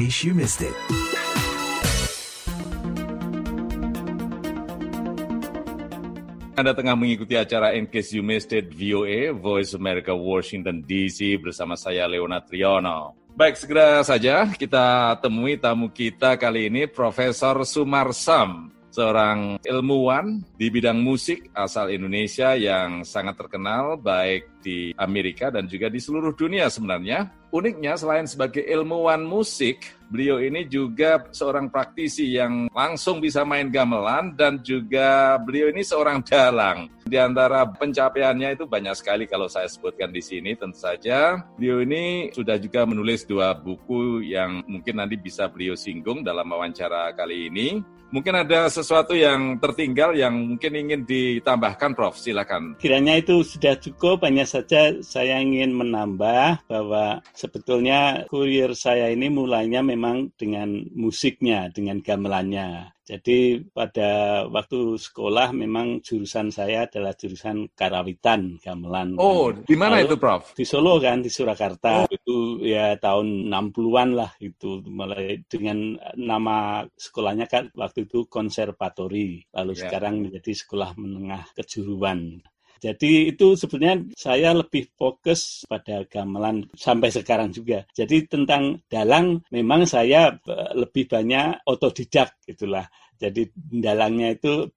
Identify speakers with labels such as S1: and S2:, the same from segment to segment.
S1: case you missed it.
S2: Anda tengah mengikuti acara In Case You Missed It VOA, Voice America Washington DC bersama saya Leonard Triono. Baik, segera saja kita temui tamu kita kali ini, Profesor Sumarsam, seorang ilmuwan di bidang musik asal Indonesia yang sangat terkenal baik di Amerika dan juga di seluruh dunia sebenarnya. Uniknya selain sebagai ilmuwan musik, beliau ini juga seorang praktisi yang langsung bisa main gamelan dan juga beliau ini seorang dalang. Di antara pencapaiannya itu banyak sekali kalau saya sebutkan di sini tentu saja. Beliau ini sudah juga menulis 2 buku yang mungkin nanti bisa beliau singgung dalam wawancara kali ini. Mungkin ada sesuatu yang tertinggal yang mungkin ingin ditambahkan, Prof. Silakan.
S3: Kiranya itu sudah cukup, hanya saja saya ingin menambah bahwa sebetulnya kurir saya ini mulainya memang dengan musiknya, dengan gamelannya. Jadi pada waktu sekolah memang jurusan saya adalah jurusan karawitan, gamelan.
S2: Oh, di mana itu, Prof?
S3: Di Solo kan, di Surakarta. Itu ya tahun 60-an lah itu. Mulai dengan nama sekolahnya kan waktu itu konservatori. Lalu sekarang menjadi sekolah menengah kejuruan. Jadi itu sebenarnya saya lebih fokus pada gamelan sampai sekarang juga. Jadi tentang dalang memang saya lebih banyak otodidak gitulah. Jadi dalangnya itu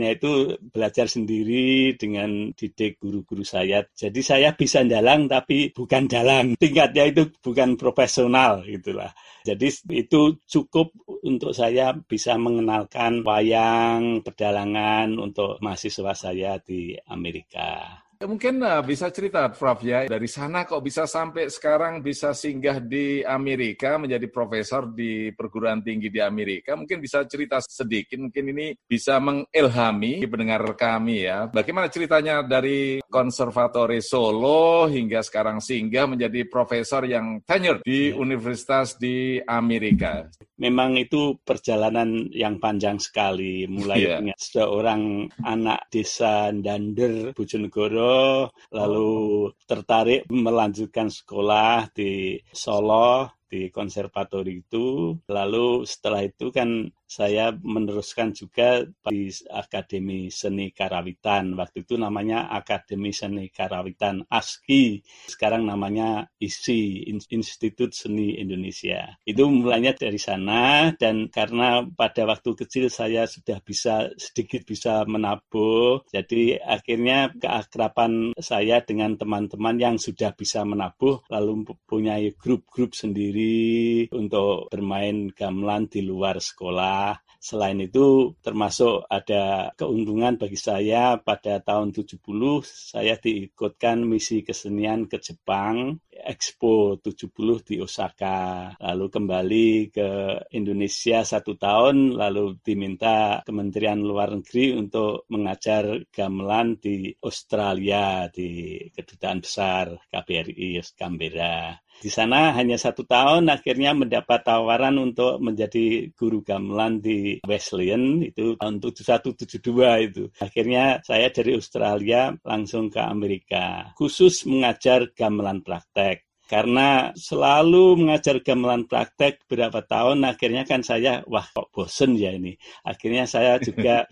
S3: belajar sendiri dengan didik guru-guru saya. Jadi saya bisa dalang tapi bukan dalang. Tingkatnya itu bukan profesional gitulah. Jadi itu cukup untuk saya bisa mengenalkan wayang pedalangan untuk mahasiswa saya di Amerika.
S2: Mungkin bisa cerita, Prof, ya, dari sana kok bisa sampai sekarang bisa singgah di Amerika, menjadi profesor di perguruan tinggi di Amerika. Mungkin bisa cerita sedikit, mungkin ini bisa mengilhami pendengar kami ya. Bagaimana ceritanya dari Konservatori Solo hingga sekarang singgah menjadi profesor yang tenured di universitas di Amerika.
S3: Memang itu perjalanan yang panjang sekali, mulai dengan seorang anak desa Dander, Bojonegoro, lalu tertarik melanjutkan sekolah di Solo, di konservatori itu. Lalu setelah itu kan saya meneruskan juga di Akademi Seni Karawitan. Waktu itu namanya Akademi Seni Karawitan ASKI. Sekarang namanya ISI, Institut Seni Indonesia. Itu mulainya dari sana, dan karena pada waktu kecil saya sudah sedikit bisa menabuh, jadi akhirnya keakraban saya dengan teman-teman yang sudah bisa menabuh, lalu punya grup-grup sendiri untuk bermain gamelan di luar sekolah. Selain itu termasuk ada keuntungan bagi saya pada tahun 70 saya diikutkan misi kesenian ke Jepang, Expo 70 di Osaka. Lalu kembali ke Indonesia 1 tahun, lalu diminta Kementerian Luar Negeri untuk mengajar gamelan di Australia, di Kedutaan Besar KBRI Canberra. Di sana hanya 1 tahun, akhirnya mendapat tawaran untuk menjadi guru gamelan di Wesleyan, itu tahun 71-72 itu. Akhirnya saya dari Australia langsung ke Amerika, khusus mengajar gamelan praktek. Karena selalu mengajar gamelan praktek berapa tahun, akhirnya kan saya, kok bosen ya ini. Akhirnya saya juga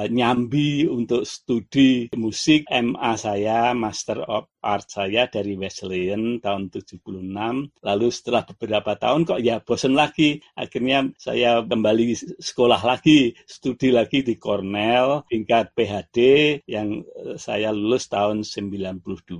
S3: nyambi untuk studi musik MA saya, Master of Art saya dari Wesleyan tahun 76. Lalu setelah beberapa tahun kok ya bosen lagi. Akhirnya saya kembali sekolah lagi, studi lagi di Cornell, tingkat PhD yang saya lulus tahun 92.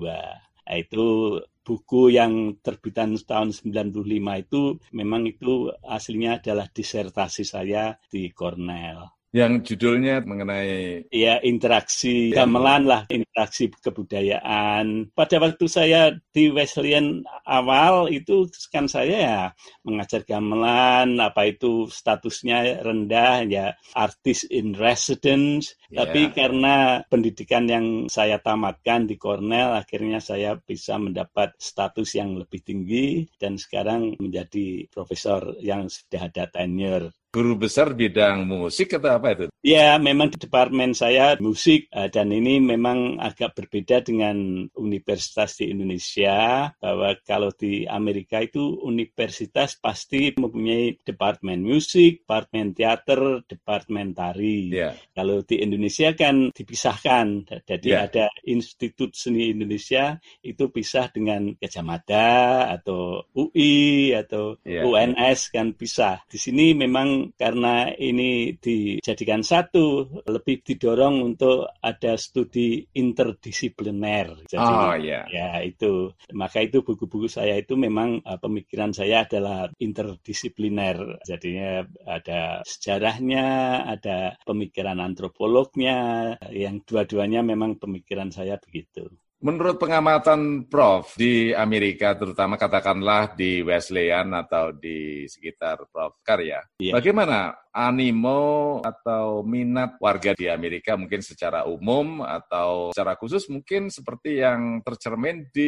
S3: Nah, itu buku yang terbitan tahun 95 itu memang itu aslinya adalah disertasi saya di Cornell.
S2: Yang judulnya mengenai
S3: interaksi gamelan lah, interaksi kebudayaan. Pada waktu saya di Wesleyan awal itu kan saya ya mengajar gamelan, apa itu statusnya rendah ya, artist in residence. Tapi karena pendidikan yang saya tamatkan di Cornell, akhirnya saya bisa mendapat status yang lebih tinggi dan sekarang menjadi profesor yang sudah ada tenure.
S2: Guru besar bidang musik atau apa itu?
S3: Ya, memang di departemen saya musik dan ini memang agak berbeda dengan universitas di Indonesia, bahwa kalau di Amerika itu universitas pasti mempunyai departemen musik, departemen teater, departemen tari.
S2: Yeah.
S3: Kalau di Indonesia kan dipisahkan, jadi ada Institut Seni Indonesia itu pisah dengan Gajah Mada atau UI atau UNS kan pisah. Di sini memang karena ini dijadikan satu, lebih didorong untuk ada studi interdisipliner. Jadi ya itu, maka itu buku-buku saya itu memang pemikiran saya adalah interdisipliner. Jadinya ada sejarahnya, ada pemikiran antropolognya, yang dua-duanya memang pemikiran saya begitu.
S2: Menurut pengamatan Prof di Amerika, terutama katakanlah di Wesleyan atau di sekitar Prof Karya, bagaimana animo atau minat warga di Amerika mungkin secara umum atau secara khusus mungkin seperti yang tercermin di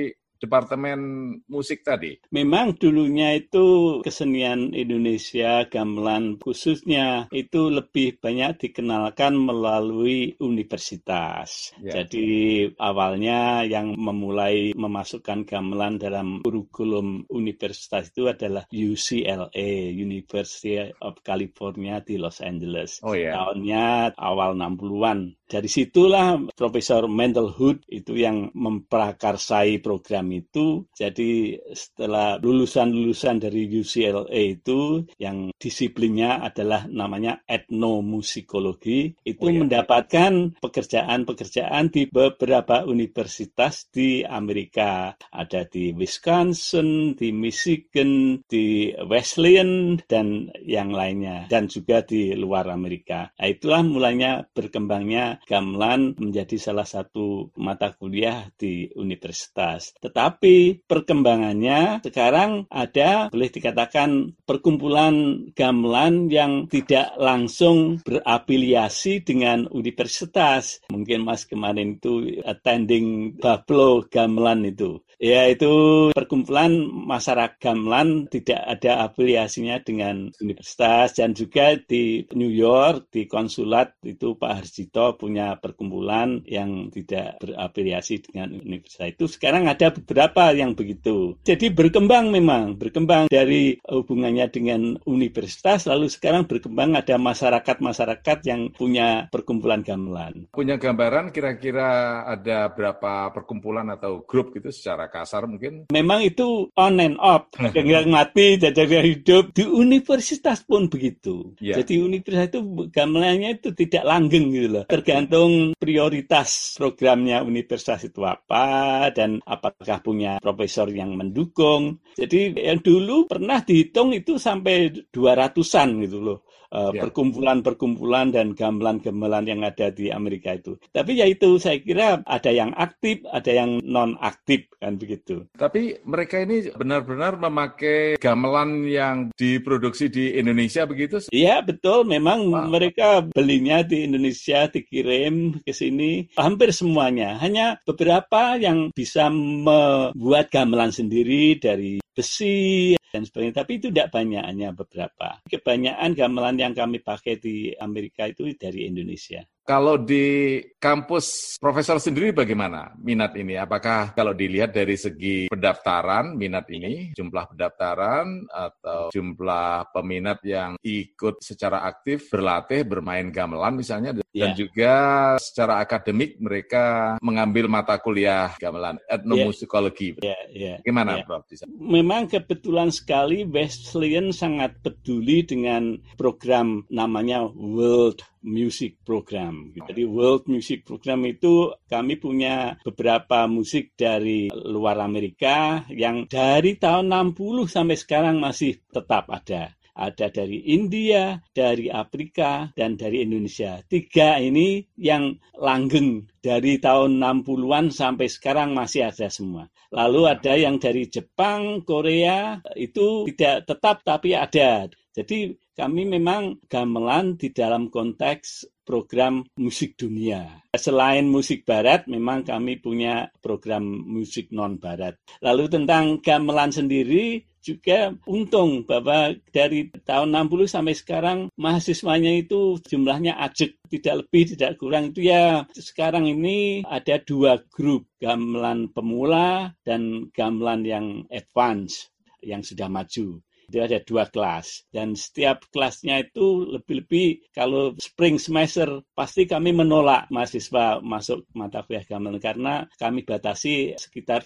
S2: Departemen Musik tadi?
S3: Memang dulunya itu kesenian Indonesia, gamelan khususnya, itu lebih banyak dikenalkan melalui universitas. Jadi awalnya yang memulai memasukkan gamelan dalam kurikulum universitas itu adalah UCLA, University of California di Los Angeles. Tahunnya awal 60-an. Dari situlah Profesor Mendel Hood itu yang memprakarsai program itu. Jadi setelah lulusan-lulusan dari UCLA itu yang disiplinnya adalah namanya etnomusikologi, itu mendapatkan pekerjaan-pekerjaan di beberapa universitas di Amerika. Ada di Wisconsin, di Michigan, di Wesleyan, dan yang lainnya. Dan juga di luar Amerika. Nah, itulah mulanya berkembangnya gamelan menjadi salah satu mata kuliah di universitas. Tetapi perkembangannya sekarang ada, boleh dikatakan, perkumpulan gamelan yang tidak langsung berafiliasi dengan universitas. Mungkin Mas kemarin itu attending Buffalo Gamelan itu. Ya, itu perkumpulan masyarakat gamelan, tidak ada afiliasinya dengan universitas. Dan juga di New York, di konsulat itu Pak Harjito punya perkumpulan yang tidak berafiliasi dengan universitas. Itu sekarang ada beberapa yang begitu. Jadi berkembang dari hubungannya dengan universitas, lalu sekarang berkembang ada masyarakat-masyarakat yang punya perkumpulan gamelan.
S2: Punya gambaran kira-kira ada berapa perkumpulan atau grup gitu secara kasar mungkin?
S3: Memang itu on and off, yang mati, yang hidup. Di universitas pun begitu. Jadi universitas itu gamelannya itu tidak langgeng gitu loh. Tergantung prioritas programnya universitas itu apa dan apakah punya profesor yang mendukung. Jadi yang dulu pernah dihitung itu sampai 200-an gitu loh. Perkumpulan-perkumpulan dan gamelan-gamelan yang ada di Amerika itu. Tapi ya itu, saya kira ada yang aktif, ada yang non-aktif, kan begitu.
S2: Tapi mereka ini benar-benar memakai gamelan yang diproduksi di Indonesia begitu?
S3: Iya, betul. Memang mereka belinya di Indonesia, dikirim ke sini. Hampir semuanya. Hanya beberapa yang bisa membuat gamelan sendiri dari besi dan sebagainya, tapi itu tidak banyak, hanya beberapa. Kebanyakan gamelan yang kami pakai di Amerika itu dari Indonesia.
S2: Kalau di kampus profesor sendiri bagaimana minat ini? Apakah kalau dilihat dari segi pendaftaran minat ini, jumlah pendaftaran atau jumlah peminat yang ikut secara aktif berlatih bermain gamelan misalnya, dan juga secara akademik mereka mengambil mata kuliah gamelan, etnomusikologi. Gimana Prof?
S3: Memang kebetulan sekali Wesleyan sangat peduli dengan program namanya World Music Program. Jadi World Music Program itu kami punya beberapa musik dari luar Amerika yang dari tahun 60 sampai sekarang masih tetap ada. Ada dari India, dari Afrika, dan dari Indonesia. 3 ini yang langgeng dari tahun 60-an sampai sekarang masih ada semua. Lalu ada yang dari Jepang, Korea, itu tidak tetap tapi ada. Jadi kami memang gamelan di dalam konteks program musik dunia. Selain musik barat, memang kami punya program musik non-barat. Lalu tentang gamelan sendiri, juga untung bahwa dari tahun 60 sampai sekarang mahasiswanya itu jumlahnya ajek, tidak lebih, tidak kurang. Itu ya sekarang ini ada 2 grup, gamelan pemula dan gamelan yang advance, yang sudah maju. Itu ada 2 kelas, dan setiap kelasnya itu lebih-lebih kalau spring semester pasti kami menolak mahasiswa masuk mata kuliah gamelan karena kami batasi sekitar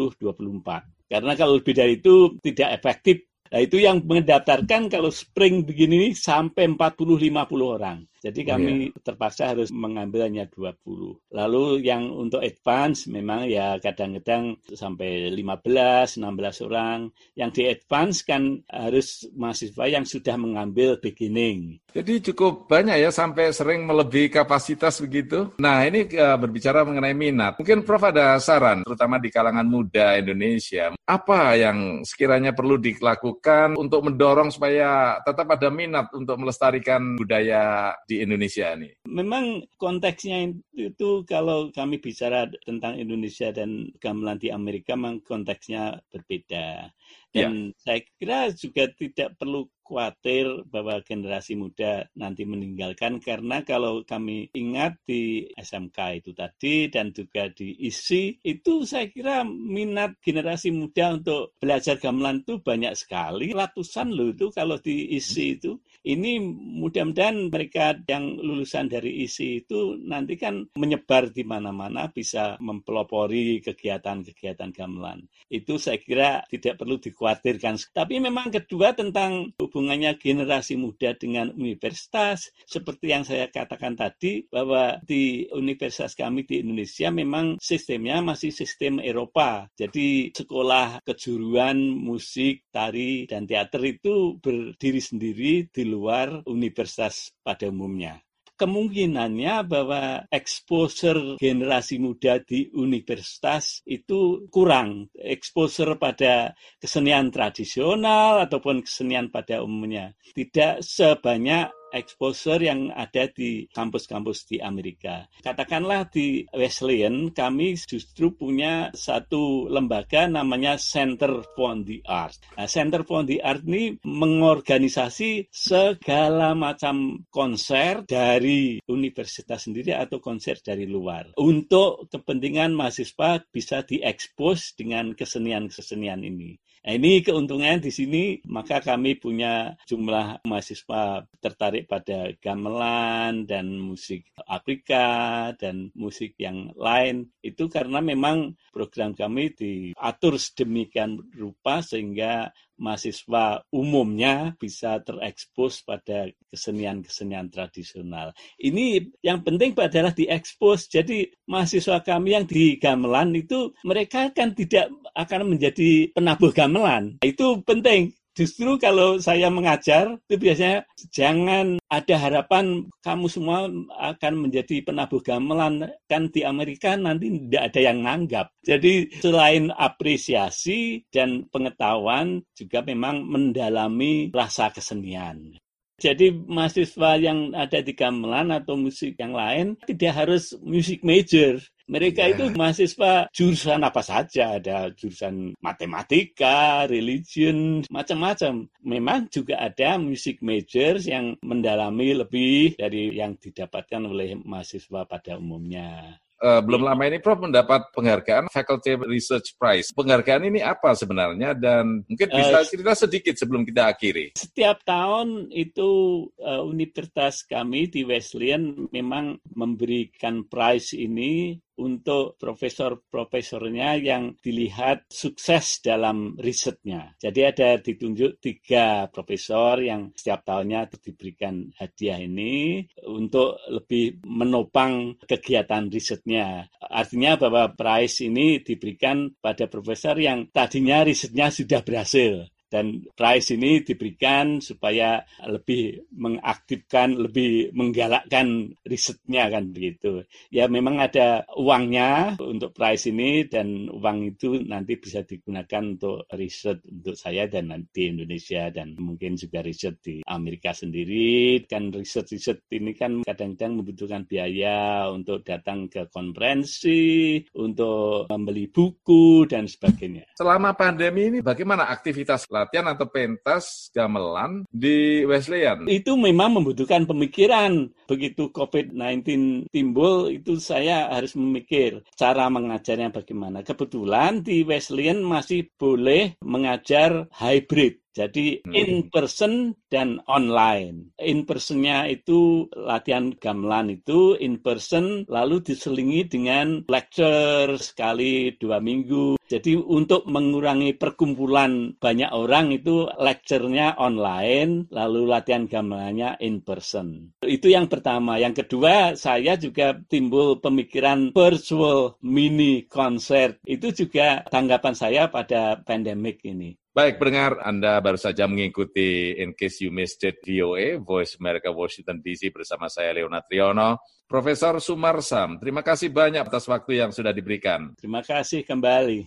S3: 20-24. Karena kalau lebih dari itu tidak efektif. Nah, itu yang mendaftarkan kalau spring begini sampai 40-50 orang. Jadi kami terpaksa harus mengambil hanya 20. Lalu yang untuk advance memang ya kadang-kadang sampai 15-16 orang. Yang di advance kan harus mahasiswa yang sudah mengambil beginning.
S2: Jadi cukup banyak ya sampai sering melebihi kapasitas begitu. Nah ini berbicara mengenai minat. Mungkin Prof ada saran terutama di kalangan muda Indonesia. Apa yang sekiranya perlu dilakukan untuk mendorong supaya tetap ada minat untuk melestarikan budaya di Indonesia ini?
S3: Memang konteksnya itu kalau kami bicara tentang Indonesia dan gamelan di Amerika, memang konteksnya berbeda. Dan saya kira juga tidak perlu khawatir bahwa generasi muda nanti meninggalkan, karena kalau kami ingat di SMK itu tadi dan juga di ISI itu saya kira minat generasi muda untuk belajar gamelan itu banyak sekali, ratusan loh itu kalau di ISI itu. Ini mudah-mudahan mereka yang lulusan dari ISI itu nanti kan menyebar di mana-mana, bisa mempelopori kegiatan-kegiatan gamelan. Itu saya kira tidak perlu dikhawatirkan. Tapi memang kedua tentang hubungannya generasi muda dengan universitas, seperti yang saya katakan tadi, bahwa di universitas kami di Indonesia memang sistemnya masih sistem Eropa. Jadi sekolah kejuruan, musik, tari, dan teater itu berdiri sendiri di luar universitas pada umumnya. Kemungkinannya bahwa exposure generasi muda di universitas itu kurang. Exposure pada kesenian tradisional ataupun kesenian pada umumnya. Tidak sebanyak exposure yang ada di kampus-kampus di Amerika. Katakanlah di Wesleyan, kami justru punya satu lembaga namanya Center for the Arts. Nah, Center for the Arts ini mengorganisasi segala macam konser dari universitas sendiri atau konser dari luar. Untuk kepentingan mahasiswa bisa diekspos dengan kesenian-kesenian ini. Nah, ini keuntungan di sini, maka kami punya jumlah mahasiswa tertarik pada gamelan dan musik Afrika dan musik yang lain. Itu karena memang program kami diatur sedemikian rupa sehingga mahasiswa umumnya bisa terekspos pada kesenian-kesenian tradisional. Ini yang penting adalah diekspos. Jadi mahasiswa kami yang di gamelan itu mereka kan tidak akan menjadi penabuh gamelan. Itu penting. Justru kalau saya mengajar, itu biasanya jangan ada harapan kamu semua akan menjadi penabuh gamelan. Kan di Amerika nanti tidak ada yang nanggap. Jadi selain apresiasi dan pengetahuan, juga memang mendalami rasa kesenian. Jadi mahasiswa yang ada di gamelan atau musik yang lain tidak harus music major. Mereka itu mahasiswa jurusan apa saja, ada jurusan matematika, religion, macam-macam. Memang juga ada music majors yang mendalami lebih dari yang didapatkan oleh mahasiswa pada umumnya.
S2: Belum lama ini Prof mendapat penghargaan Faculty Research Prize. Penghargaan ini apa sebenarnya dan mungkin bisa cerita sedikit sebelum kita akhiri.
S3: Setiap tahun itu universitas kami di Wesleyan memang memberikan prize ini untuk profesor-profesornya yang dilihat sukses dalam risetnya. Jadi ada ditunjuk 3 profesor yang setiap tahunnya diberikan hadiah ini untuk lebih menopang kegiatan risetnya. Artinya bahwa prize ini diberikan pada profesor yang tadinya risetnya sudah berhasil. Dan prize ini diberikan supaya lebih mengaktifkan, lebih menggalakkan risetnya kan begitu. Ya memang ada uangnya untuk prize ini dan uang itu nanti bisa digunakan untuk riset untuk saya dan nanti Indonesia dan mungkin juga riset di Amerika sendiri. Kan riset-riset ini kan kadang-kadang membutuhkan biaya untuk datang ke konferensi, untuk membeli buku dan sebagainya.
S2: Selama pandemi ini bagaimana aktivitas latihan atau pentas gamelan di Wesleyan?
S3: Itu memang membutuhkan pemikiran. Begitu COVID-19 timbul, itu saya harus memikir cara mengajarnya bagaimana. Kebetulan di Wesleyan masih boleh mengajar hybrid. Jadi in person dan online. In personnya itu latihan gamelan itu in person lalu diselingi dengan lecture sekali 2 minggu. Jadi untuk mengurangi perkumpulan banyak orang itu lecture-nya online lalu latihan gamelannya in person. Itu yang pertama. Yang kedua saya juga timbul pemikiran virtual mini concert. Itu juga tanggapan saya pada pandemik ini.
S2: Baik, pendengar, Anda baru saja mengikuti In Case You Missed It VOA, Voice America Washington DC bersama saya Leonard Triono. Profesor Sumarsam, terima kasih banyak atas waktu yang sudah diberikan.
S3: Terima kasih kembali.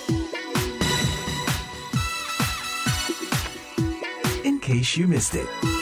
S1: In Case You Missed It.